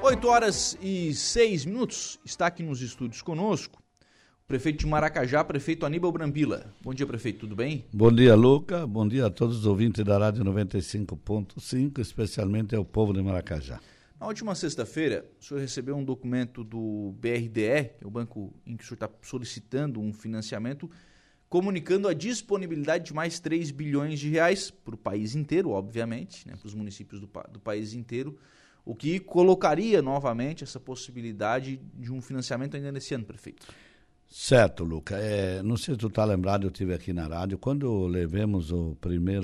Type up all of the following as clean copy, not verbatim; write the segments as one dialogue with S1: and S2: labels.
S1: 8h06, está aqui nos estúdios conosco o prefeito de Maracajá, prefeito Aníbal Brambila. Bom dia, prefeito, tudo bem?
S2: Bom dia, Luca. Bom dia a todos os ouvintes da Rádio 95.5, especialmente ao povo de Maracajá.
S1: Na última sexta-feira, o senhor recebeu um documento do BRDE, que é o banco em que o senhor está solicitando um financiamento, comunicando a disponibilidade de mais 3 bilhões de reais para o país inteiro, obviamente, né, para os municípios do país inteiro, o que colocaria novamente essa possibilidade de um financiamento ainda nesse ano, prefeito.
S2: Certo, Luca. Não sei se tu está lembrado, eu estive aqui na rádio, quando levamos os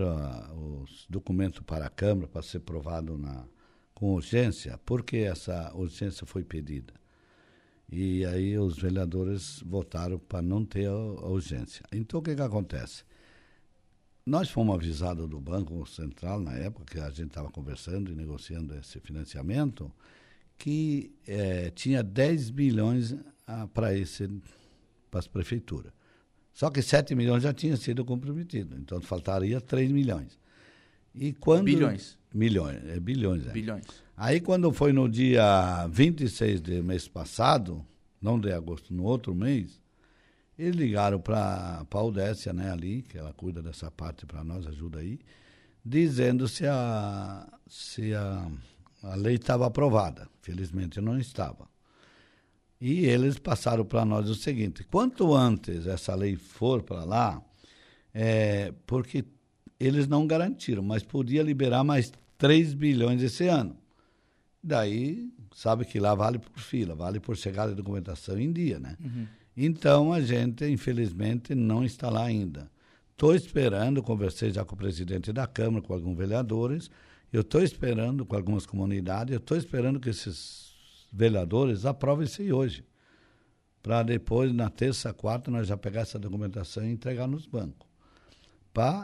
S2: documentos para a Câmara para ser provado com urgência, porque essa urgência foi pedida. E aí os vereadores votaram para não ter a urgência. Então o que acontece? Nós fomos avisados do Banco Central, na época que a gente estava conversando e negociando esse financiamento, que tinha 10 bilhões para as prefeituras. Só que 7 milhões já tinha sido comprometido, então faltaria 3 milhões. E quando...
S1: Bilhões.
S2: Bilhões.
S1: Bilhões.
S2: Aí quando foi no dia 26 do mês passado, não de agosto, no outro mês, eles ligaram para a Udécia, né, ali, que ela cuida dessa parte para nós, ajuda aí, dizendo se a lei estava aprovada. Felizmente não estava. E eles passaram para nós o seguinte: quanto antes essa lei for para lá, porque eles não garantiram, mas podia liberar mais 3 bilhões esse ano. Daí, sabe que lá vale por fila, vale por chegada de documentação em dia, né? Uhum. Então, a gente, infelizmente, não está lá ainda. Estou esperando, conversei já com o presidente da Câmara, com alguns vereadores, eu estou esperando com algumas comunidades, eu estou esperando que esses vereadores aprovem isso aí hoje, para depois, na terça, quarta, nós já pegar essa documentação e entregar nos bancos. Para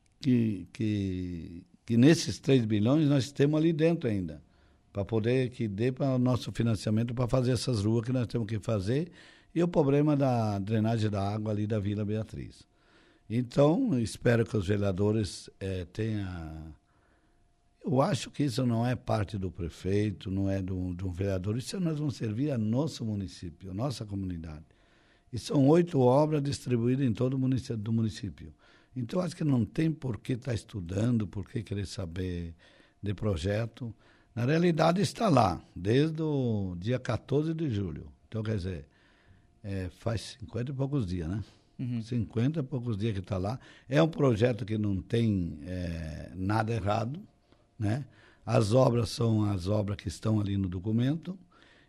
S2: que nesses 3 bilhões nós temos ali dentro ainda, para poder que dê para o nosso financiamento para fazer essas ruas que nós temos que fazer e o problema da drenagem da água ali da Vila Beatriz. Então, espero que os vereadores tenham... Eu acho que isso não é parte do prefeito, não é de um vereador, isso nós vamos servir a nosso município, a nossa comunidade. E são 8 obras distribuídas em todo o município. Então, acho que não tem por que estar estudando, por que querer saber de projeto. Na realidade, está lá, desde o dia 14 de julho. Então, quer dizer, faz 50 e poucos dias, né? Uhum. 50 e poucos dias que está lá. É um projeto que não tem nada errado, né? As obras são as obras que estão ali no documento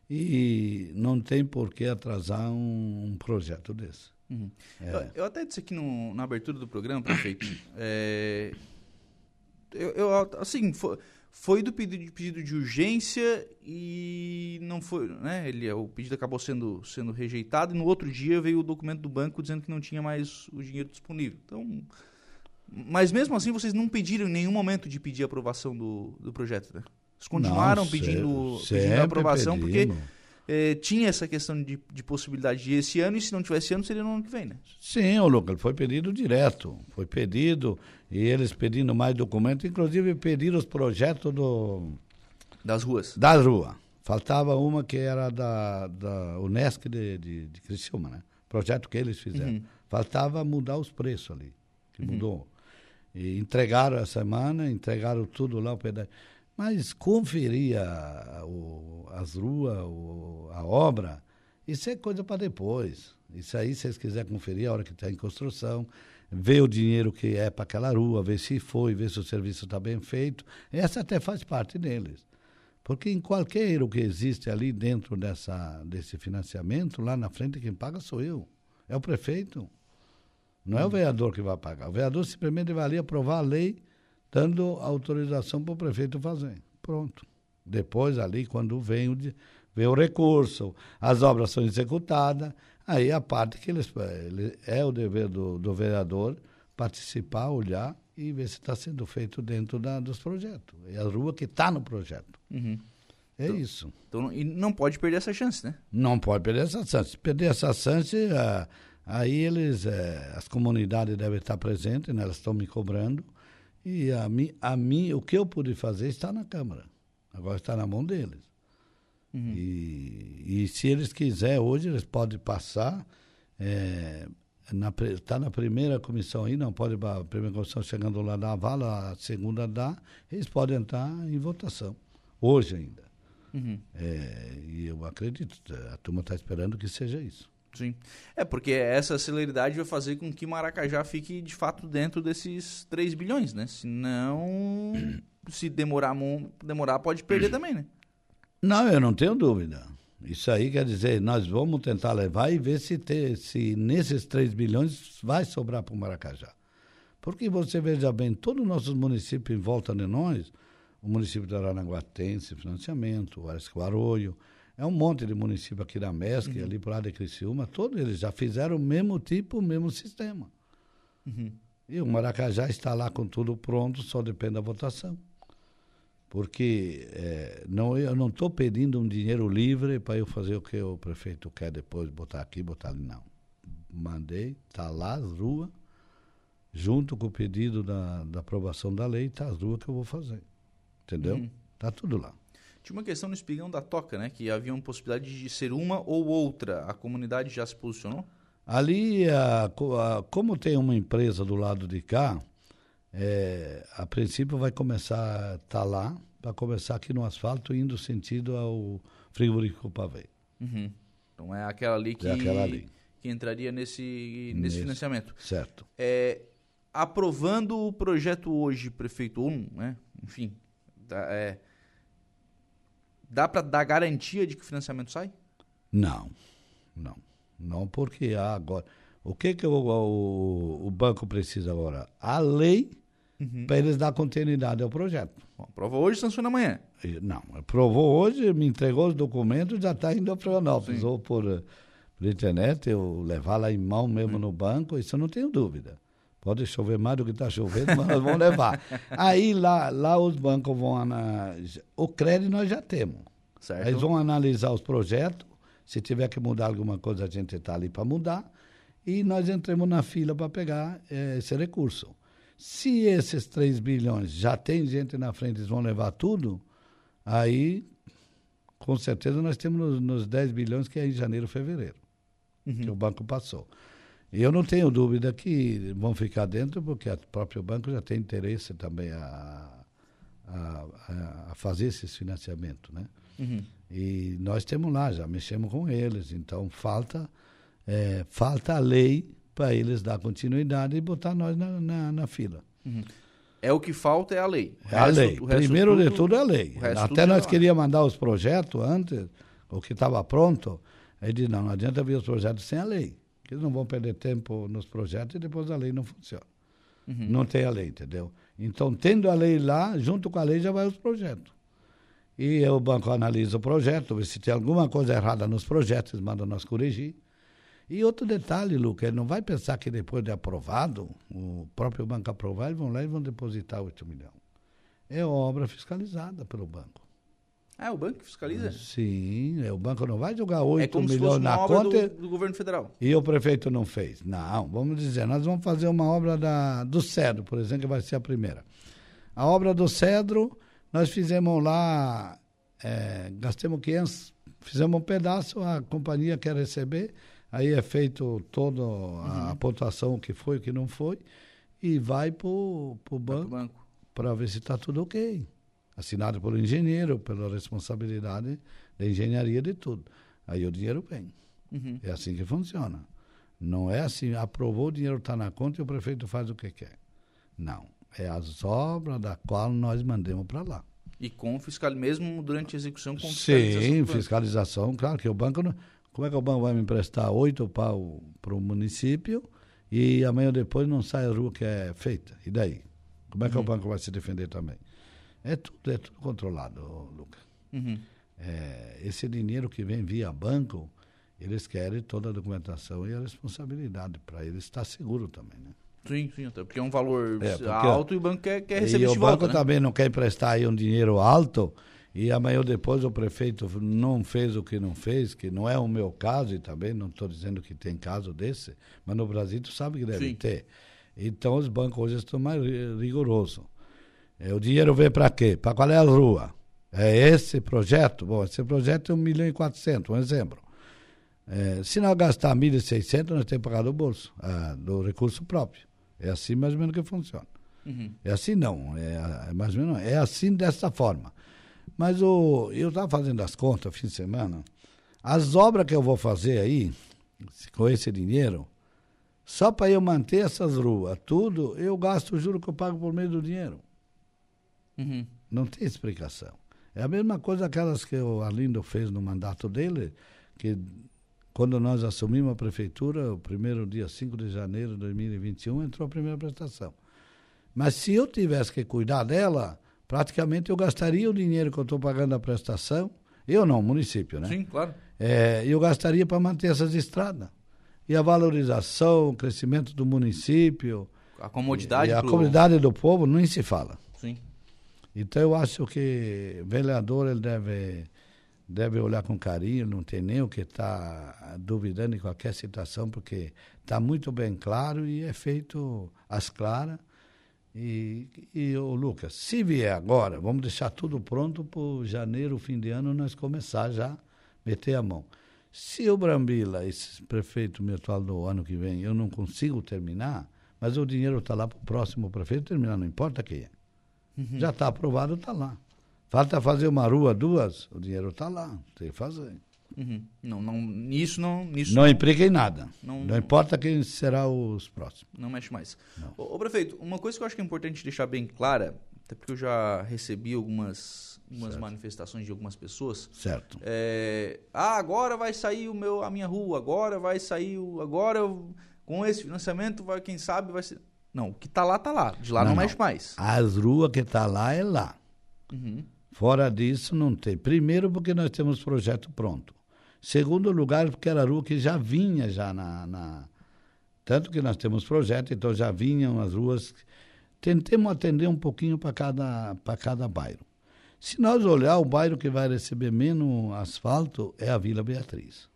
S2: e não tem por que atrasar um projeto desse.
S1: Uhum. Eu até disse aqui na abertura do programa, prefeito, assim, foi do pedido de urgência e não foi, né? O pedido acabou sendo rejeitado e no outro dia veio o documento do banco dizendo que não tinha mais o dinheiro disponível. Então, mas mesmo assim vocês não pediram em nenhum momento de pedir a aprovação do projeto, né? Vocês continuaram pedindo a aprovação porque tinha essa questão de possibilidade de esse ano, e se não tivesse ano, seria no ano que vem, né?
S2: Sim, Lucas, foi pedido direto. Foi pedido, e eles pedindo mais documentos, inclusive pediram os projetos
S1: das ruas.
S2: Das ruas. Faltava uma que era da Unesc de Criciúma, né? Projeto que eles fizeram. Uhum. Faltava mudar os preços ali, que mudou. E entregaram essa semana, entregaram tudo lá, o pedaço. Mas conferir as ruas, a obra, isso é coisa para depois. Isso aí, se vocês quiserem conferir a hora que está em construção, ver o dinheiro que é para aquela rua, ver se foi, ver se o serviço está bem feito. Essa até faz parte deles. Porque em qualquer erro que existe ali dentro desse financiamento, lá na frente quem paga sou eu. É o prefeito. Não é o vereador que vai pagar. O vereador simplesmente vai ali aprovar a lei, dando autorização para o prefeito fazer. Pronto. Depois ali, quando vem o recurso, as obras são executadas, aí a parte que é o dever do vereador participar, olhar e ver se está sendo feito dentro dos projetos. É a rua que está no projeto. Uhum. Isso.
S1: Então, e não pode perder essa chance, né?
S2: Não pode perder essa chance. Se perder essa chance, aí as comunidades devem estar presentes, né? Elas estão me cobrando. E a mim, o que eu pude fazer está na Câmara. Agora está na mão deles. E se eles quiserem hoje, eles podem passar, está na primeira comissão aí, não pode, a primeira comissão chegando lá dá a vala, a segunda dá, eles podem entrar em votação, hoje ainda. E eu acredito, a turma está esperando que seja isso.
S1: Sim. Porque essa celeridade vai fazer com que Maracajá fique, de fato, dentro desses 3 bilhões, né? Senão, se demorar, pode perder também, né?
S2: Não, eu não tenho dúvida. Isso aí quer dizer, nós vamos tentar levar e ver se nesses 3 bilhões vai sobrar para o Maracajá. Porque você veja bem, todos os nossos municípios em volta de nós, o município de Aranaguá tem esse financiamento, o Aresco Arroio, é um monte de município aqui da MESC, ali para lá de Criciúma, todos eles já fizeram o mesmo tipo, o mesmo sistema. E o Maracajá está lá com tudo pronto, só depende da votação. Porque eu não estou pedindo um dinheiro livre para eu fazer o que o prefeito quer depois, botar aqui, botar ali, não. Mandei, está lá as ruas, junto com o pedido da aprovação da lei, está as ruas que eu vou fazer. Entendeu? Está tudo lá.
S1: Tinha uma questão no Espigão da Toca, né? Que havia uma possibilidade de ser uma ou outra. A comunidade já se posicionou?
S2: Ali, como tem uma empresa do lado de cá, a princípio vai começar, tá lá, para começar aqui no asfalto, indo sentido ao frigorífico Pavê.
S1: Então é aquela ali que entraria nesse financiamento.
S2: Certo.
S1: Aprovando o projeto hoje, prefeito, né? Enfim, dá para dar garantia de que o financiamento sai?
S2: Não, porque agora, o que o banco precisa agora? A lei para eles dar continuidade ao projeto.
S1: Aprovou hoje, sanciona amanhã.
S2: Não, aprovou hoje, me entregou os documentos, já está indo a Florianópolis, ou por internet, eu levar lá em mão mesmo no banco, isso eu não tenho dúvida. Pode chover mais do que está chovendo, mas nós vamos levar. Aí lá os bancos vão analisar. O crédito nós já temos.
S1: Certo.
S2: Eles vão analisar os projetos. Se tiver que mudar alguma coisa, a gente está ali para mudar. E nós entramos na fila para pegar esse recurso. Se esses 3 bilhões já tem gente na frente, eles vão levar tudo, aí, com certeza, nós temos nos 10 bilhões, que é em janeiro, fevereiro, que o banco passou. E eu não tenho dúvida que vão ficar dentro, porque o próprio banco já tem interesse também a fazer esse financiamento, né? E nós temos lá, já mexemos com eles, então falta a lei para eles dar continuidade e botar nós na fila.
S1: O que falta é a lei.
S2: A lei. Primeiro de tudo é a lei. Até nós queríamos mandar os projetos antes, o que estava pronto, aí disse, não adianta vir os projetos sem a lei. Eles não vão perder tempo nos projetos e depois a lei não funciona. Não tem a lei, entendeu? Então, tendo a lei lá, junto com a lei já vai os projetos. E o banco analisa o projeto, vê se tem alguma coisa errada nos projetos, eles mandam nós corrigir. E outro detalhe, Lucas, ele não vai pensar que depois de aprovado, o próprio banco aprovar, eles vão lá e vão depositar 8 milhões. É obra fiscalizada pelo banco.
S1: O banco fiscaliza?
S2: Sim, o banco não vai jogar 8
S1: milhões
S2: milhões na conta
S1: do governo federal.
S2: E o prefeito não fez. Não, vamos dizer, nós vamos fazer uma obra do Cedro, por exemplo, que vai ser a primeira. A obra do Cedro, nós fizemos lá, gastamos 500, fizemos um pedaço, a companhia quer receber, aí é feito toda a pontuação, o que foi, o que não foi, e vai para o banco para ver se está tudo ok. Assinado pelo engenheiro, pela responsabilidade da engenharia de tudo. Aí o dinheiro vem. É assim que funciona. Não é assim, aprovou, o dinheiro está na conta e o prefeito faz o que quer. Não. É as obras da qual nós mandamos para lá.
S1: E com mesmo durante a execução, com fiscalização?
S2: Sim, fiscalização. Claro que o banco... Como é que o banco vai me emprestar 8 pau para o município e amanhã ou depois não sai a rua que é feita? E daí? Como é que o banco vai se defender também? É tudo controlado, Lucas. Esse dinheiro que vem via banco, eles querem toda a documentação e a responsabilidade para eles estar seguro também, né?
S1: Sim, até porque é um valor alto e o banco quer receber de volta. E o
S2: banco também não quer emprestar aí um dinheiro alto e amanhã ou depois o prefeito não fez o que não fez, que não é o meu caso e também não estou dizendo que tem caso desse, mas no Brasil tu sabe que deve ter. Então os bancos hoje estão mais rigorosos. O dinheiro vem para quê? Para qual é a rua? Esse projeto, esse projeto é 1.400.000, um exemplo. Se nós gastar 1.600.000, nós temos que pagar do bolso, do recurso próprio. É assim mais ou menos que funciona.
S1: Uhum.
S2: É assim não, mais ou menos, é assim dessa forma. Mas eu estava fazendo as contas fim de semana, as obras que eu vou fazer aí, com esse dinheiro, só para eu manter essas ruas, tudo, eu gasto o juro que eu pago por meio do dinheiro.
S1: Uhum.
S2: Não tem explicação. É a mesma coisa aquelas que o Arlindo fez no mandato dele, que quando nós assumimos a prefeitura, o primeiro dia 5 de janeiro de 2021, entrou a primeira prestação. Mas se eu tivesse que cuidar dela, praticamente eu gastaria o dinheiro que eu estou pagando a prestação, eu não, o município, né?
S1: Sim, claro.
S2: Eu gastaria para manter essas estradas. E a valorização, o crescimento do município.
S1: A comodidade.
S2: E a comunidade do povo nem se fala.
S1: Sim.
S2: Então eu acho que o vereador ele deve olhar com carinho, não tem nem o que estar duvidando em qualquer situação, porque está muito bem claro e é feito às claras. E o Lucas, se vier agora, vamos deixar tudo pronto para janeiro, fim de ano, nós começar já a meter a mão. Se o Brambila, esse prefeito meu atual do ano que vem, eu não consigo terminar, mas o dinheiro está lá para o próximo prefeito terminar, não importa quem é. Uhum. Já está aprovado, está lá. Falta fazer uma rua, duas, o dinheiro está lá, tem que fazer.
S1: Uhum. Nisso
S2: não implica em nada. Não importa quem será os próximos.
S1: Não mexe mais. Ô, prefeito, uma coisa que eu acho que é importante deixar bem clara, até porque eu já recebi algumas manifestações de algumas pessoas.
S2: Certo.
S1: Agora vai sair a minha rua, agora vai sair, com esse financiamento, quem sabe vai ser... Não, o que está lá, de lá não mexe mais.
S2: As ruas que está lá é lá.
S1: Uhum.
S2: Fora disso não tem. Primeiro porque nós temos projeto pronto. Segundo lugar porque era rua que já vinha tanto que nós temos projeto, então já vinham as ruas. Tentemos atender um pouquinho para cada bairro. Se nós olhar, o bairro que vai receber menos asfalto é a Vila Beatriz.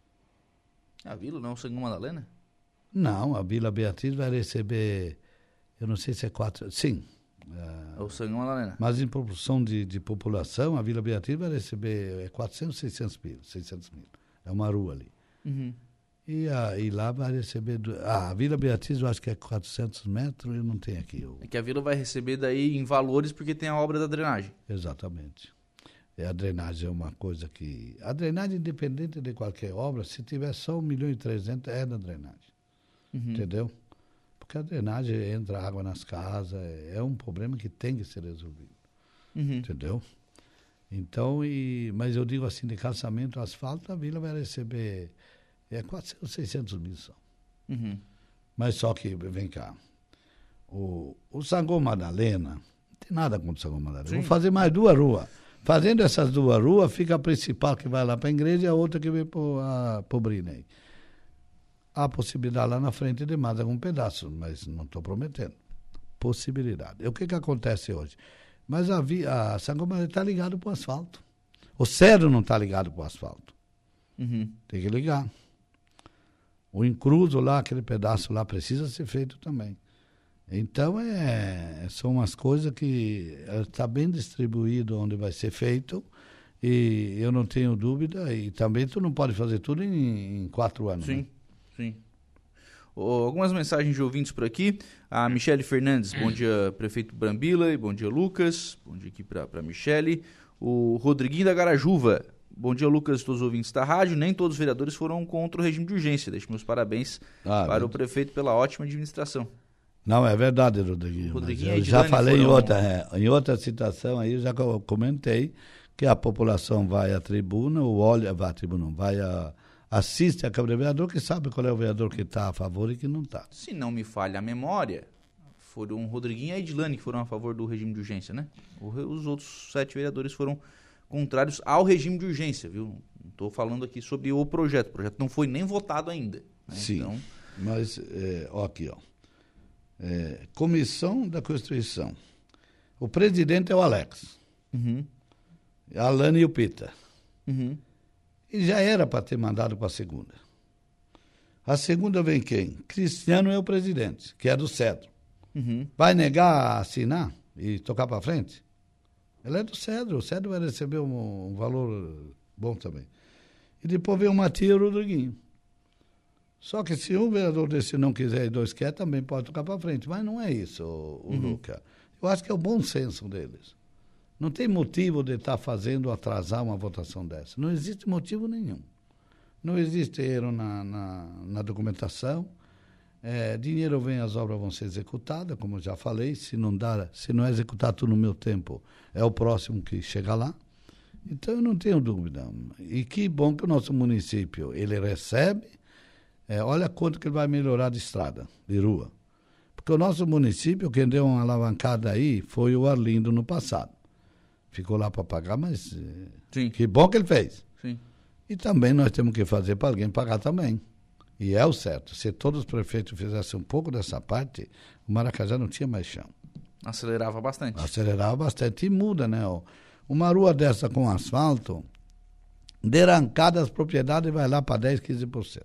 S1: A Vila, não, o Sangão Madalena?
S2: Não, a Vila Beatriz vai receber, eu não sei se é 4, sim.
S1: O Sangão Madalena.
S2: Mas em proporção de população, a Vila Beatriz vai receber 400, 600 mil. É uma rua ali.
S1: Uhum.
S2: E lá vai receber... a Vila Beatriz eu acho que é 400 metros, eu não tenho aqui.
S1: É que a Vila vai receber daí em valores porque tem a obra da drenagem.
S2: Exatamente. A drenagem é uma coisa que... A drenagem, independente de qualquer obra, se tiver só 1.300.000, é da drenagem.
S1: Uhum.
S2: Entendeu? Porque a drenagem entra água nas casas, é um problema que tem que ser resolvido.
S1: Uhum.
S2: Entendeu? Então, mas eu digo assim, de calçamento, asfalto, a Vila vai receber 400, 600 mil só.
S1: Uhum.
S2: Mas só que, vem cá, o Sangão Madalena, não tem nada contra o Sangão Madalena.
S1: Sim.
S2: Vou fazer mais 2 ruas. Fazendo essas 2 ruas, fica a principal que vai lá para a igreja e a outra que vem para o Brinei. Há possibilidade lá na frente de mais algum pedaço, mas não estou prometendo. Possibilidade. O que acontece hoje? Mas a Sangão Madalena está ligado para o asfalto. O Cedro não está ligado para o asfalto.
S1: Uhum. Tem
S2: que ligar. O incluso lá, aquele pedaço lá, precisa ser feito também. Então, são umas coisas que está bem distribuído onde vai ser feito e eu não tenho dúvida. E também tu não pode fazer tudo em 4 anos.
S1: Sim,
S2: né?
S1: sim. Algumas mensagens de ouvintes por aqui. A Michele Fernandes, bom dia, prefeito Brambila, e bom dia, Lucas. Bom dia aqui para Michele. O Rodriguinho da Garajuva. Bom dia, Lucas, todos os ouvintes da rádio. Nem todos os vereadores foram contra o regime de urgência. Deixo meus parabéns para o prefeito pela ótima administração.
S2: Não, é verdade, Rodriguinho. Eu já falei em outra citação aí, eu já comentei que a população vai à tribuna, assiste a Câmara de Vereador, que sabe qual é o vereador que está a favor e que não está.
S1: Se não me falha a memória, foram o Rodriguinho e a Edilane que foram a favor do regime de urgência, né? Os outros 7 vereadores foram contrários ao regime de urgência, viu? Não estou falando aqui sobre o projeto. O projeto não foi nem votado ainda. Né?
S2: Sim,
S1: então...
S2: mas aqui, ó. Comissão da Constituição. O presidente é o Alex.
S1: Uhum.
S2: A Alane e o Pita.
S1: Uhum.
S2: E já era para ter mandado para a segunda. A segunda vem quem? Cristiano é o presidente, que é do Cedro.
S1: Uhum.
S2: Vai negar a assinar e tocar para frente? Ela é do Cedro. O Cedro vai receber um valor bom também. E depois vem o Matias e o Rodriguinho. Só que se um vereador desse não quiser e dois quer, também pode tocar para frente. Mas não é isso, o Luca. Eu acho que é o bom senso deles. Não tem motivo de estar fazendo atrasar uma votação dessa. Não existe motivo nenhum. Não existe erro na documentação. Dinheiro vem, as obras vão ser executadas, como eu já falei. Se não executar tudo no meu tempo, é o próximo que chega lá. Então, eu não tenho dúvida. E que bom que o nosso município, ele recebe, olha quanto que ele vai melhorar de estrada, de rua. Porque o nosso município, quem deu uma alavancada aí, foi o Arlindo no passado. Ficou lá para pagar, mas que bom que ele fez.
S1: Sim.
S2: E também nós temos que fazer para alguém pagar também. E é o certo. Se todos os prefeitos fizessem um pouco dessa parte, o Maracajá não tinha mais chão.
S1: Acelerava bastante.
S2: Acelerava bastante. E muda, né? Uma rua dessa com asfalto, derancada as propriedades vai lá para 10, 15%.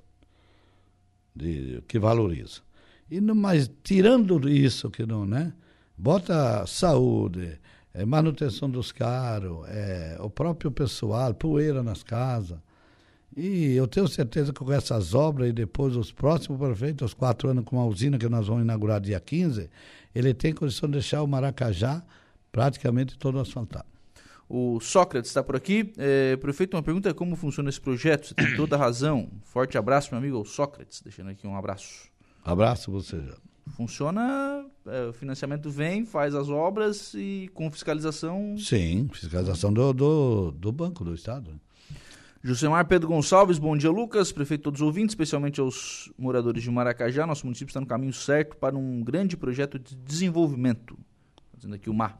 S2: Que valoriza. Mas tirando isso que não, né? Bota saúde, manutenção dos carros, o próprio pessoal, poeira nas casas. E eu tenho certeza que com essas obras e depois os próximos prefeitos, os 4 anos com a usina que nós vamos inaugurar dia 15, ele tem condição de deixar o Maracajá praticamente todo asfaltado.
S1: O Sócrates está por aqui. Prefeito, uma pergunta é como funciona esse projeto. Você tem toda a razão. Forte abraço, meu amigo Sócrates. Deixando aqui um abraço.
S2: Abraço você, já.
S1: Funciona, o financiamento vem, faz as obras e com fiscalização...
S2: Sim, fiscalização do Banco do Estado.
S1: Josemar Pedro Gonçalves, bom dia, Lucas. Prefeito, todos os ouvintes, especialmente aos moradores de Maracajá. Nosso município está no caminho certo para um grande projeto de desenvolvimento. Fazendo aqui o MAR.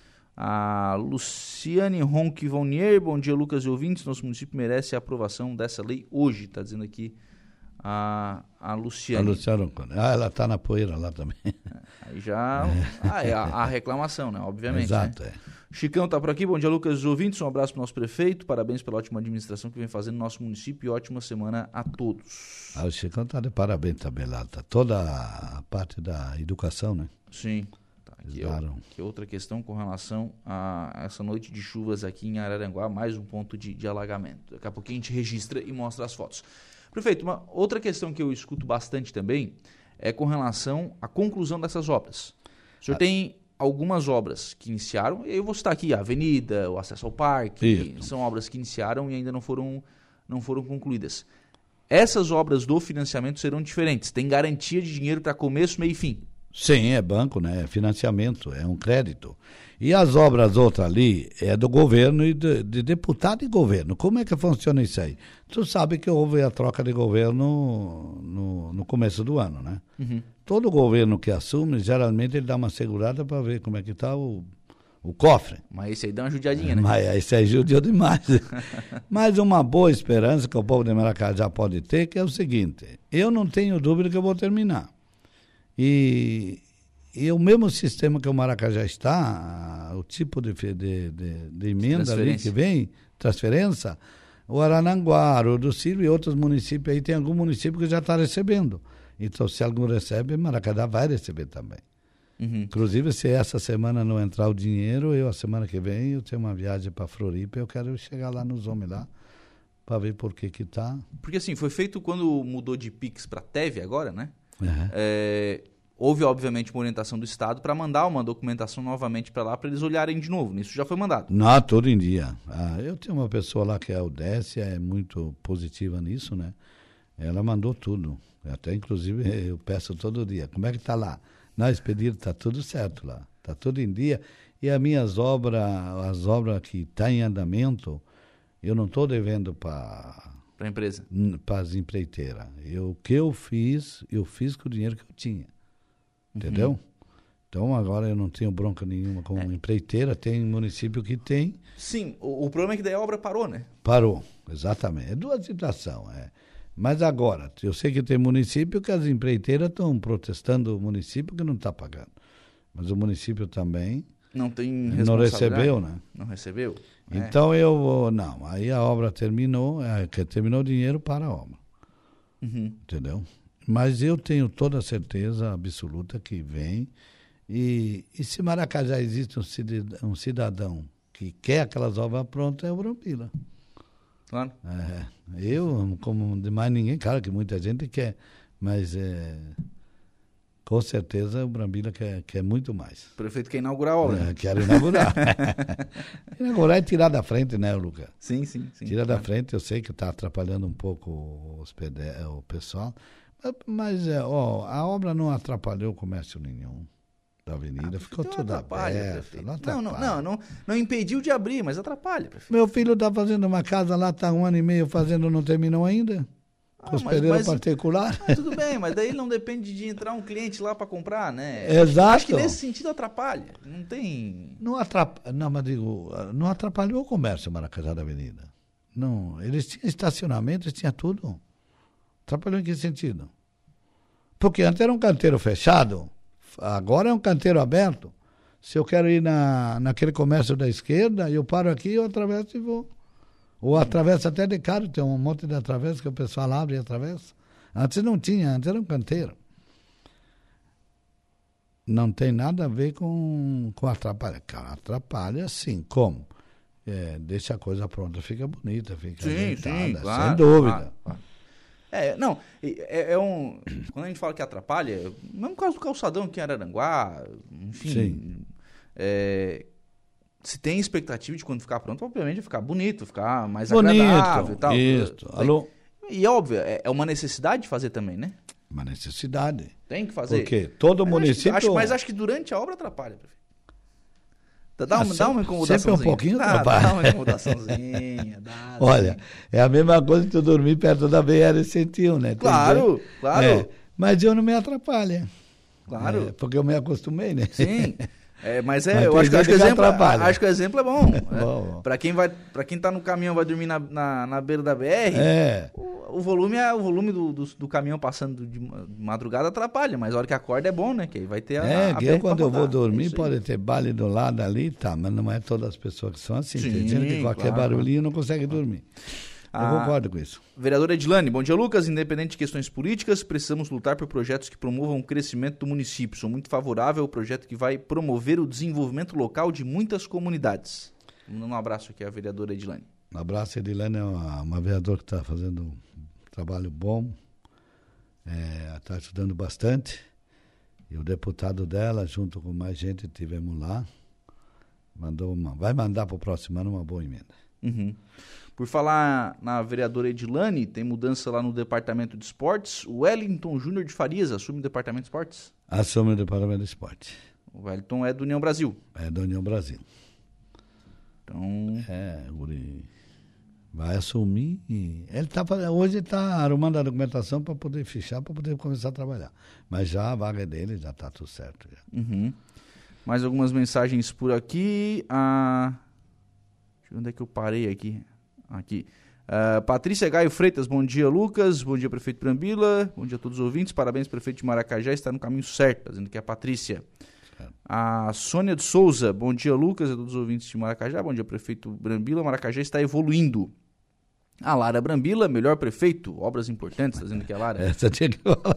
S1: A Luciane Ronque Vaunier, bom dia, Lucas e ouvintes. Nosso município merece a aprovação dessa lei hoje, está dizendo aqui a Luciane.
S2: A Luciane, ela está na poeira lá também.
S1: Aí já é a reclamação, né? Obviamente.
S2: Exato,
S1: né? Chicão está por aqui, bom dia, Lucas e ouvintes. Um abraço para o nosso prefeito, parabéns pela ótima administração que vem fazendo no nosso município e ótima semana a todos.
S2: O Chicão está de parabéns também lá, tá toda a parte da educação, né?
S1: Sim. Que outra questão com relação a essa noite de chuvas aqui em Araranguá, mais um ponto de alagamento. Daqui a pouquinho a gente registra e mostra as fotos. Prefeito, uma outra questão que eu escuto bastante também é com relação à conclusão dessas obras. O senhor tem algumas obras que iniciaram, e eu vou citar aqui a avenida, o acesso ao parque, são obras que iniciaram e ainda não foram concluídas. Essas obras do financiamento serão diferentes, tem garantia de dinheiro para começo, meio e fim.
S2: Sim, é banco, né? É financiamento, é um crédito. E as obras outras ali é do governo e de deputado e governo. Como é que funciona isso aí? Tu sabe que houve a troca de governo no começo do ano, né?
S1: Uhum.
S2: Todo governo que assume, geralmente ele dá uma segurada para ver como é que está o cofre.
S1: Mas esse aí dá uma judiadinha, né?
S2: Mas esse aí judiou demais. Mas uma boa esperança que o povo de Maracajá pode ter, que é o seguinte, eu não tenho dúvida que eu vou terminar. E o mesmo sistema que o Maracajá está, o tipo de emenda ali que vem, transferência, o Arananguá, o do Ciro e outros municípios aí, tem algum município que já está recebendo. Então, se algum recebe, Maracajá vai receber também.
S1: Uhum.
S2: Inclusive, se essa semana não entrar o dinheiro, a semana que vem, eu tenho uma viagem para Floripa, eu quero chegar lá nos homens lá, para ver por que está.
S1: Porque assim, foi feito quando mudou de Pix para TEV agora, né?
S2: Uhum.
S1: Houve, obviamente, uma orientação do Estado para mandar uma documentação novamente para lá, para eles olharem de novo. Isso já foi mandado.
S2: Não, todo em dia. Eu tenho uma pessoa lá que é a Odécia, é muito positiva nisso, né? Ela mandou tudo. Até, inclusive, eu peço todo dia. Como é que está lá? Na expedida está tudo certo lá. Está tudo em dia. E as obras que estão em andamento, eu não estou devendo para
S1: a empresa,
S2: para as empreiteiras. O que eu fiz com o dinheiro que eu tinha. Entendeu?
S1: Uhum.
S2: Então, agora eu não tenho bronca nenhuma com empreiteira. Tem município que tem.
S1: Sim, o problema é que daí a obra parou, né?
S2: Parou, exatamente. É duas situações. Mas agora, eu sei que tem município que as empreiteiras estão protestando o município que não está pagando. Mas o município também
S1: não tem
S2: responsabilidade. Não recebeu, né?
S1: Não recebeu.
S2: Então eu vou... Não, aí a obra terminou, terminou o dinheiro para a obra.
S1: Uhum.
S2: Entendeu? Mas eu tenho toda a certeza absoluta que vem. E se Maracajá existe um cidadão que quer aquelas obras prontas é o Brambila.
S1: Claro.
S2: Eu, como demais ninguém, claro que muita gente quer, mas com certeza o Brambila quer muito mais.
S1: O prefeito quer inaugurar a obra.
S2: Quero inaugurar. Inaugurar é tirar da frente, né, Lucas?
S1: Sim.
S2: Tira da frente, eu sei que está atrapalhando um pouco o pessoal, mas a obra não atrapalhou comércio nenhum da avenida, ficou tudo aberto.
S1: Não impediu de abrir, mas atrapalha, prefeito.
S2: Meu filho está fazendo uma casa lá, está 1 ano e meio fazendo, não terminou ainda. Hospedeiro particular.
S1: Tudo bem, mas daí não depende de entrar um cliente lá para comprar, né?
S2: Exato.
S1: Acho que nesse sentido atrapalha. Não tem...
S2: Não atrapalhou o comércio Maracajá da Avenida. Não, eles tinham estacionamento, eles tinham tudo. Atrapalhou em que sentido? Porque antes era um canteiro fechado, agora é um canteiro aberto. Se eu quero ir naquele comércio da esquerda, eu paro aqui, eu atravesso e vou. Ou atravessa até de carro, tem um monte de atravessa que o pessoal abre e atravessa. Antes não tinha, antes era um canteiro. Não tem nada a ver com atrapalha. Cara, atrapalha sim, como? Deixa a coisa pronta, fica bonita, fica ajeitada,
S1: claro,
S2: sem dúvida.
S1: Claro. Quando a gente fala que atrapalha, mesmo caso do calçadão aqui em Araranguá, enfim... Se tem expectativa de quando ficar pronto, obviamente vai ficar bonito, ficar mais agradável e tal.
S2: Isso. Alô?
S1: E óbvio, é uma necessidade de fazer também, né?
S2: Uma necessidade.
S1: Tem que fazer.
S2: Porque todo município...
S1: Mas acho que durante a obra atrapalha, prefeito. Dá uma incomodaçãozinha.
S2: Sempre um pouquinho atrapalha.
S1: Dá uma incomodaçãozinha.
S2: Olha, é a mesma coisa que tu dormir perto da BR-101, né?
S1: Claro.
S2: Mas eu não me atrapalho.
S1: Claro.
S2: Porque eu me acostumei, né?
S1: Sim. Mas eu acho que o exemplo é bom. Para quem tá no caminhão vai dormir na beira da BR, o volume do caminhão passando de madrugada atrapalha, mas a hora que acorda é bom, né? Que aí vai ter
S2: quando eu vou dormir pode ter baile do lado ali, tá, mas não é todas as pessoas que são assim. Tem gente que qualquer barulhinho não consegue dormir. Eu concordo com isso.
S1: Vereadora Edilane, bom dia, Lucas. Independente de questões políticas, precisamos lutar por projetos que promovam o crescimento do município. Sou muito favorável ao projeto que vai promover o desenvolvimento local de muitas comunidades. Um abraço aqui à vereadora Edilane.
S2: Um abraço, Edilane, é uma vereadora que está fazendo um trabalho bom, está ajudando bastante. E o deputado dela, junto com mais gente, estivemos lá, vai mandar para o próximo ano uma boa emenda.
S1: Uhum. Por falar na vereadora Edilane, tem mudança lá no departamento de esportes. O Wellington Júnior de Farias assume o departamento de esportes?
S2: Assume o departamento de esportes.
S1: O Wellington é do União Brasil?
S2: É do União Brasil.
S1: Então...
S2: Guri vai assumir. Hoje está arrumando a documentação para poder fichar, para poder começar a trabalhar. Mas já a vaga dele já está tudo certo. Já.
S1: Uhum. Mais algumas mensagens por aqui. Onde é que eu parei aqui? Aqui. Patrícia Gaio Freitas, bom dia, Lucas. Bom dia, prefeito Brambila. Bom dia a todos os ouvintes. Parabéns, prefeito de Maracajá. Está no caminho certo, dizendo que é a Patrícia. A Sônia de Souza, bom dia, Lucas. A todos os ouvintes de Maracajá. Bom dia, prefeito Brambila. Maracajá está evoluindo. A Lara Brambila, melhor prefeito. Obras importantes, está dizendo que é a Lara.
S2: Essa tinha que falar.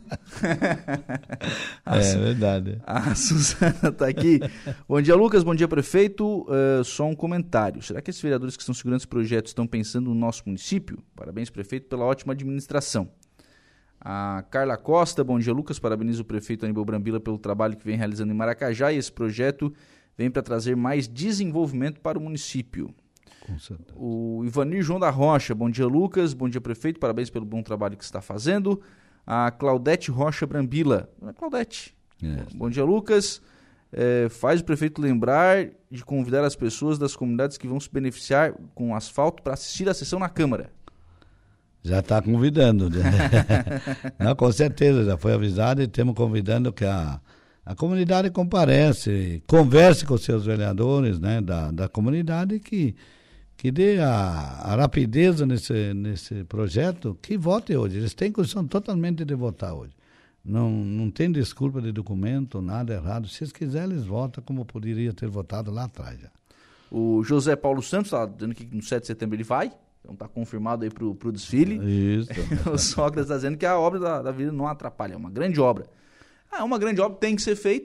S2: É verdade.
S1: A Suzana está aqui. Bom dia, Lucas. Bom dia, prefeito. Só um comentário. Será que esses vereadores que estão segurando esse projeto estão pensando no nosso município? Parabéns, prefeito, pela ótima administração. A Carla Costa, bom dia, Lucas. Parabenizo o prefeito Aníbal Brambila pelo trabalho que vem realizando em Maracajá, e esse projeto vem para trazer mais desenvolvimento para o município. O Ivanir João da Rocha, bom dia, Lucas. Bom dia, prefeito. Parabéns pelo bom trabalho que está fazendo. A Claudete Rocha Brambila. Claudete. Bom dia, Lucas. Faz o prefeito lembrar de convidar as pessoas das comunidades que vão se beneficiar com o asfalto para assistir a sessão na Câmara.
S2: Já está convidando. Não, com certeza, já foi avisado e estamos convidando que a comunidade comparece, converse com os seus vereadores, né, da comunidade que dê a rapidez nesse projeto, que vote hoje. Eles têm condição totalmente de votar hoje. Não tem desculpa de documento, nada errado. Se eles quiserem, eles votam como poderia ter votado lá atrás. Já.
S1: O José Paulo Santos está dizendo que no 7 de setembro ele vai. Então está confirmado aí para o desfile.
S2: Isso.
S1: O Sócrates está dizendo que a obra da vida não atrapalha. É uma grande obra. Uma grande obra tem que ser feita.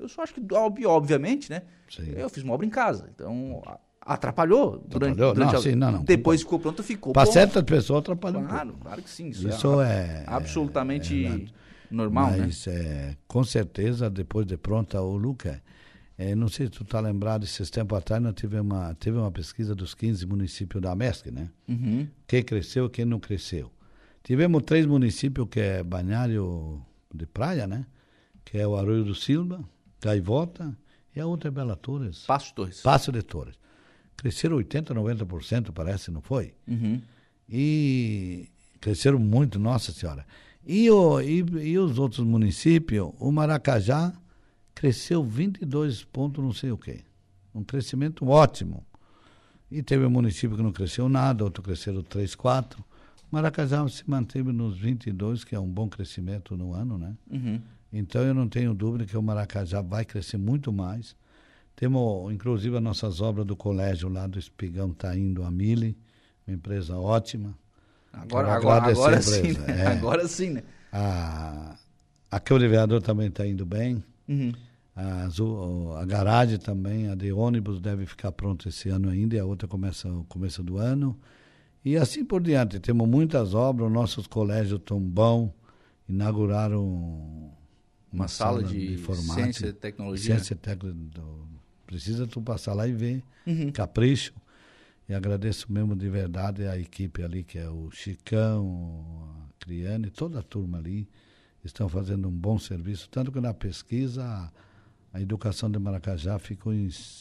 S1: Eu só acho que, obviamente, né?
S2: Sim.
S1: Eu fiz uma obra em casa, então atrapalhou durante
S2: não.
S1: Depois ficou pronto, ficou
S2: para
S1: bom.
S2: certas pessoas atrapalhou
S1: Claro que sim.
S2: Isso é
S1: absolutamente normal,
S2: mas,
S1: né?
S2: Com certeza, depois de pronta, o Luca, não sei se tu está lembrado, esses tempos atrás nós teve uma pesquisa dos 15 municípios da MESC, né?
S1: Uhum.
S2: Quem cresceu e quem não cresceu. Tivemos 3 municípios que é Balneário de Praia, né? Que é o Arroio do Silva, Gaivota e a outra é Bela Torres. Passo de Torres. Cresceram 80%, 90%, parece, não foi?
S1: Uhum.
S2: E cresceram muito, nossa senhora. E os outros municípios, o Maracajá cresceu 22 pontos não sei o quê. Um crescimento ótimo. E teve um município que não cresceu nada, outro cresceram 3, 4. Maracajá se manteve nos 22, que é um bom crescimento no ano, né?
S1: Uhum.
S2: Então eu não tenho dúvida que o Maracajá vai crescer muito mais. Temos, inclusive, as nossas obras do colégio lá do Espigão está indo a Mille, uma empresa ótima.
S1: Agora sim, né? Agora sim, né?
S2: A Câmara de Vereador também está indo bem.
S1: Uhum.
S2: A garagem também, a de ônibus deve ficar pronta esse ano ainda, e a outra começa no começo do ano. E assim por diante, temos muitas obras, nossos colégios estão bons, inauguraram
S1: uma sala de
S2: informática,
S1: ciência e tecnologia.
S2: Precisa tu passar lá e ver,
S1: Capricho.
S2: E agradeço mesmo de verdade a equipe ali, que é o Chicão, a Criane, toda a turma ali, estão fazendo um bom serviço, tanto que na pesquisa a educação de Maracajá ficou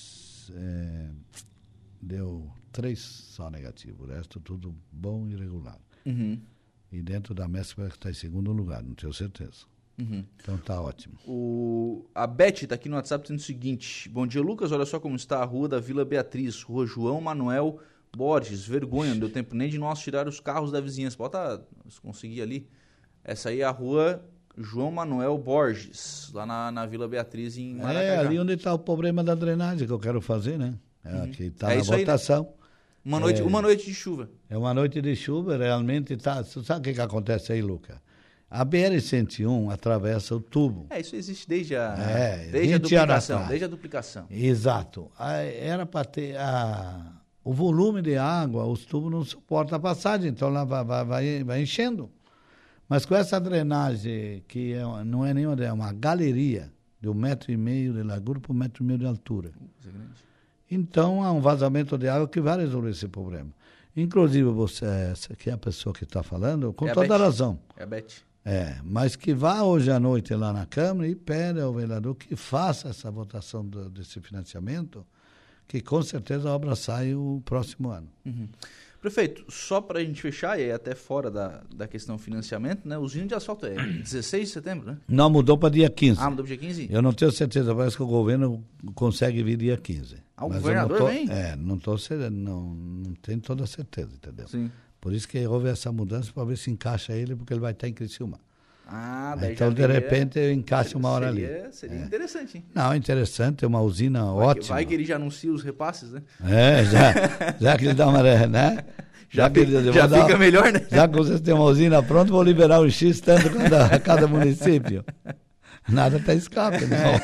S2: deu 3 só negativo, o resto tudo bom e regular.
S1: Uhum.
S2: E dentro da MESC vai estar em segundo lugar, não tenho certeza.
S1: Uhum.
S2: Então tá ótimo.
S1: A Beth está aqui no WhatsApp dizendo o seguinte: bom dia, Lucas, olha só como está a rua da Vila Beatriz, rua João Manuel Borges, vergonha, não deu tempo nem de nós tirar os carros da vizinhança. Bota, se conseguir ali, essa aí é a rua João Manuel Borges, lá na Vila Beatriz, em Maracajá.
S2: É ali onde está o problema da drenagem que eu quero fazer, né? Aqui está na votação.
S1: Aí, né? Uma noite de chuva.
S2: É uma noite de chuva, realmente tá. Você sabe o que acontece aí, Luca? A BR-101 atravessa o tubo.
S1: Isso existe desde a duplicação.
S2: Exato. Era para ter o volume de água, os tubos não suportam a passagem, então lá vai enchendo. Mas com essa drenagem, que não é nenhuma, é uma galeria de 1,5 metro de largura por 1,5 metro de altura. Então há um vazamento de água que vai resolver esse problema. Inclusive você, que é a pessoa que está falando, com toda a razão.
S1: É a Beth.
S2: Mas que vá hoje à noite lá na Câmara e pede ao vereador que faça essa votação desse financiamento, que com certeza a obra sai o próximo ano.
S1: Uhum. Prefeito, só para a gente fechar, e até fora da questão financiamento, né? Usina de asfalto é 16 de setembro, né?
S2: Não, mudou para dia 15.
S1: Mudou para dia 15?
S2: Eu não tenho certeza, parece que o governo consegue vir dia 15.
S1: O governador vem?
S2: Não tenho toda a certeza, entendeu?
S1: Sim.
S2: Por isso que houve essa mudança, para ver se encaixa ele, porque ele vai estar em Criciúma.
S1: Daí
S2: então, de repente, eu encaixo uma hora ali.
S1: Seria interessante, hein?
S2: Não, interessante, é uma usina ótima.
S1: Vai que ele já anuncia os repasses, né?
S2: Já que ele dá uma... né?
S1: Já fica melhor, né?
S2: Já que vocês têm uma usina pronta, vou liberar o X tanto cada município. Nada está escape, não.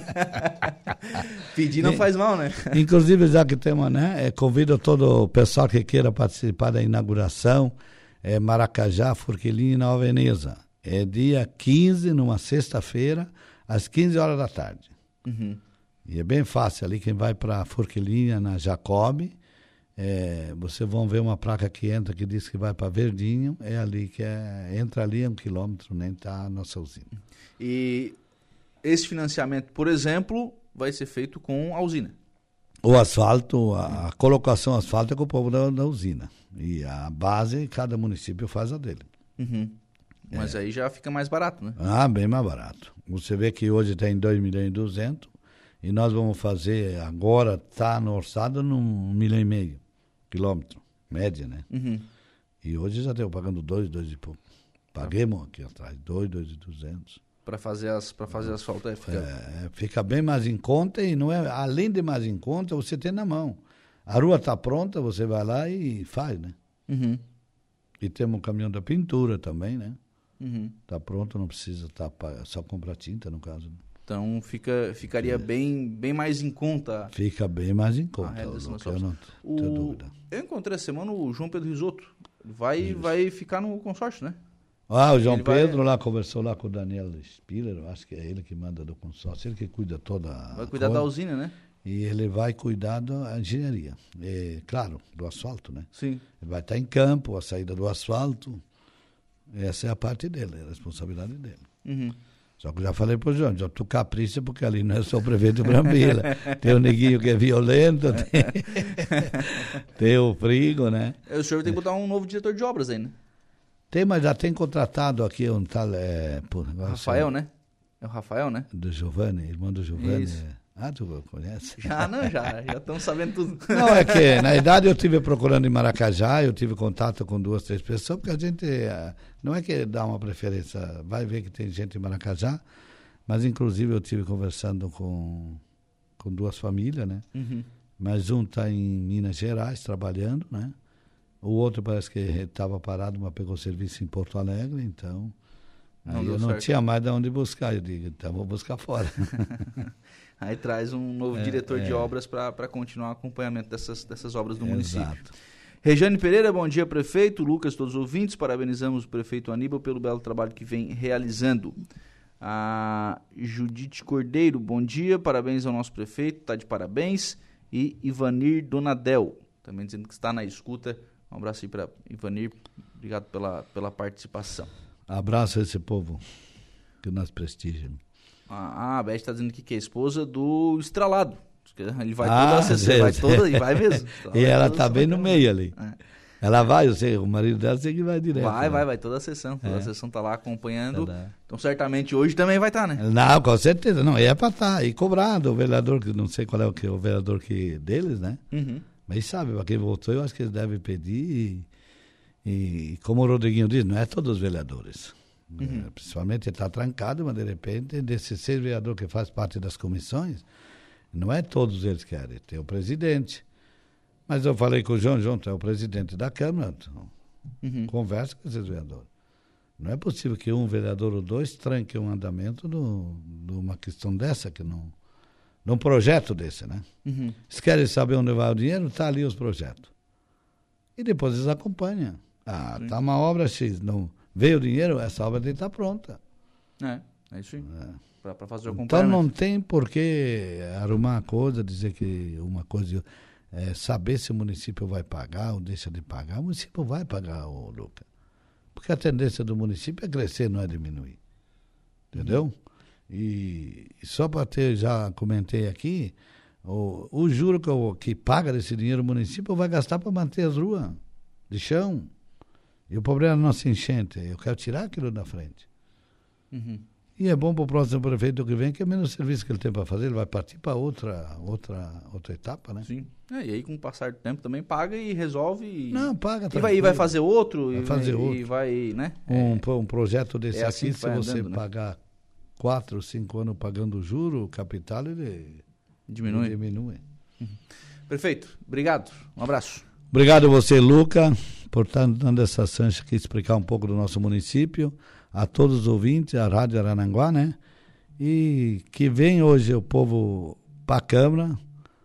S1: Pedir não faz mal, né?
S2: Inclusive, já que temos, né? Convido todo o pessoal que queira participar da inauguração, Maracajá, Forquilinha e Nova Veneza. É dia 15, numa sexta-feira, às 15 horas da tarde.
S1: Uhum.
S2: E é bem fácil ali, quem vai para Forquilinha, na Jacob, vocês vão ver uma placa que entra, que diz que vai para Verdinho, ali entra ali 1 quilômetro, nem está a nossa usina.
S1: E esse financiamento, por exemplo, vai ser feito com a usina?
S2: O asfalto, a colocação asfalto é com o povo da usina. E a base, cada município faz a dele.
S1: Uhum. Mas aí já fica mais barato, né?
S2: Bem mais barato. Você vê que hoje tem 2.200.000 e nós vamos fazer, agora está no orçado num 1,5 milhão quilômetro, média, né?
S1: Uhum.
S2: E hoje já estou pagando 2 e pouco. Paguemos aqui atrás, 2.200.
S1: Para fazer asfalto,
S2: fica bem mais em conta e não é, além de mais em conta, você tem na mão. A rua está pronta, você vai lá e faz, né?
S1: Uhum.
S2: E temos um caminhão da pintura também, né?
S1: Uhum.
S2: Tá pronto, não precisa só comprar tinta, no caso. Né?
S1: Então ficaria bem mais em conta.
S2: Fica bem mais em conta,
S1: Lucas,
S2: eu não tenho dúvida.
S1: Eu encontrei essa semana o João Pedro Risotto. Vai ficar no consórcio, né?
S2: O João Pedro lá conversou lá com o Daniel Spiller, eu acho que é ele que manda do consórcio, ele que cuida toda a
S1: Vai cuidar da usina, né?
S2: E ele vai cuidar da engenharia, claro, do asfalto, né?
S1: Sim.
S2: Ele vai estar em campo, a saída do asfalto, essa é a parte dele, é a responsabilidade dele.
S1: Uhum.
S2: Só que eu já falei pro João, tu capricha, porque ali não é só o prefeito de Brambila. Tem o neguinho que é violento, tem o Frigo, né?
S1: O senhor tem que botar um novo diretor de obras aí, né?
S2: Tem, mas já tem contratado aqui um tal...
S1: Rafael, né? É o Rafael, né?
S2: Do Giovanni, irmão do Giovanni.
S1: Isso.
S2: Tu conhece?
S1: Já estamos sabendo tudo.
S2: Não, é que na idade eu estive procurando em Maracajá, eu tive contato com 2, 3 pessoas, porque a gente, não é que dá uma preferência, vai ver que tem gente em Maracajá, mas inclusive eu estive conversando com 2 famílias, né?
S1: Uhum.
S2: Mas um está em Minas Gerais trabalhando, né? O outro parece que estava parado, mas pegou serviço em Porto Alegre, então... Aí eu não tinha mais de onde buscar, eu digo, então vou buscar fora.
S1: Aí traz um novo diretor de obras para continuar o acompanhamento dessas obras do município.
S2: Exato.
S1: Regiane Pereira, bom dia, prefeito. Lucas, todos os ouvintes, parabenizamos o prefeito Aníbal pelo belo trabalho que vem realizando. A Judite Cordeiro, bom dia, parabéns ao nosso prefeito, está de parabéns. E Ivanir Donadel, também dizendo que está na escuta. Um abraço aí para Ivanir, obrigado pela participação.
S2: Abraço a esse povo que nos prestigia.
S1: A Beth está dizendo aqui que é esposa do Estralado. Ele vai toda a sessão, vai toda e vai mesmo.
S2: E ela está bem no meio ali. É. Ela vai, eu sei, o marido dela sei que vai direto.
S1: Vai toda a sessão. Toda a sessão está lá acompanhando. Então certamente hoje também vai estar, né?
S2: Não, com certeza. Não, é para estar. E cobrado o vereador, que não sei qual é o vereador deles, né?
S1: Uhum.
S2: Mas sabe, para quem votou, eu acho que eles devem pedir. E como o Rodriguinho diz, não é todos os vereadores.
S1: Uhum.
S2: Principalmente ele está trancado, mas de repente, desses 6 vereadores que faz parte das comissões, não é todos eles que querem. Tem o presidente. Mas eu falei com o João, tu é o presidente da Câmara, então, conversa com esses vereadores. Não é possível que um vereador ou 2 tranquem um andamento de uma questão dessa, num projeto desse, né?
S1: Uhum.
S2: Se querem saber onde vai o dinheiro, está ali os projetos. E depois eles acompanham. Tá uma obra X, não veio o dinheiro, essa obra tem que estar pronta.
S1: É isso aí. Para fazer o
S2: então
S1: acompanhamento.
S2: Não tem por que arrumar a coisa, dizer que uma coisa... saber se o município vai pagar ou deixa de pagar. O município vai pagar, Lucas. Porque a tendência do município é crescer, não é diminuir. Entendeu? E só para ter, já comentei aqui, o juro que paga desse dinheiro o município vai gastar para manter as ruas de chão. E o problema é a nossa enchente. Eu quero tirar aquilo da frente.
S1: Uhum.
S2: E é bom para o próximo prefeito que vem, que é menos serviço que ele tem para fazer, ele vai partir para outra etapa, né?
S1: Sim. E aí, com o passar do tempo, também paga e resolve.
S2: Não, paga.
S1: E vai fazer outro.
S2: E
S1: vai, né?
S2: Um projeto desse
S1: assim
S2: aqui, se você
S1: andando,
S2: pagar 4 ou 5 anos pagando o juro, o capital, ele diminui.
S1: Perfeito. Obrigado. Um abraço.
S2: Obrigado a você, Luca, por estar dando essa chance aqui, explicar um pouco do nosso município, a todos os ouvintes, a Rádio Araranguá, né? E que vem hoje o povo para a Câmara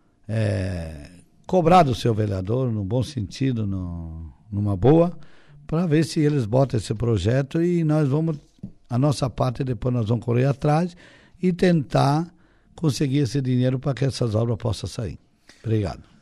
S2: cobrar do seu vereador, no bom sentido, numa boa, para ver se eles botam esse projeto e nós vamos, a nossa parte, depois nós vamos correr atrás e tentar conseguir esse dinheiro para que essas obras possam sair. Obrigado.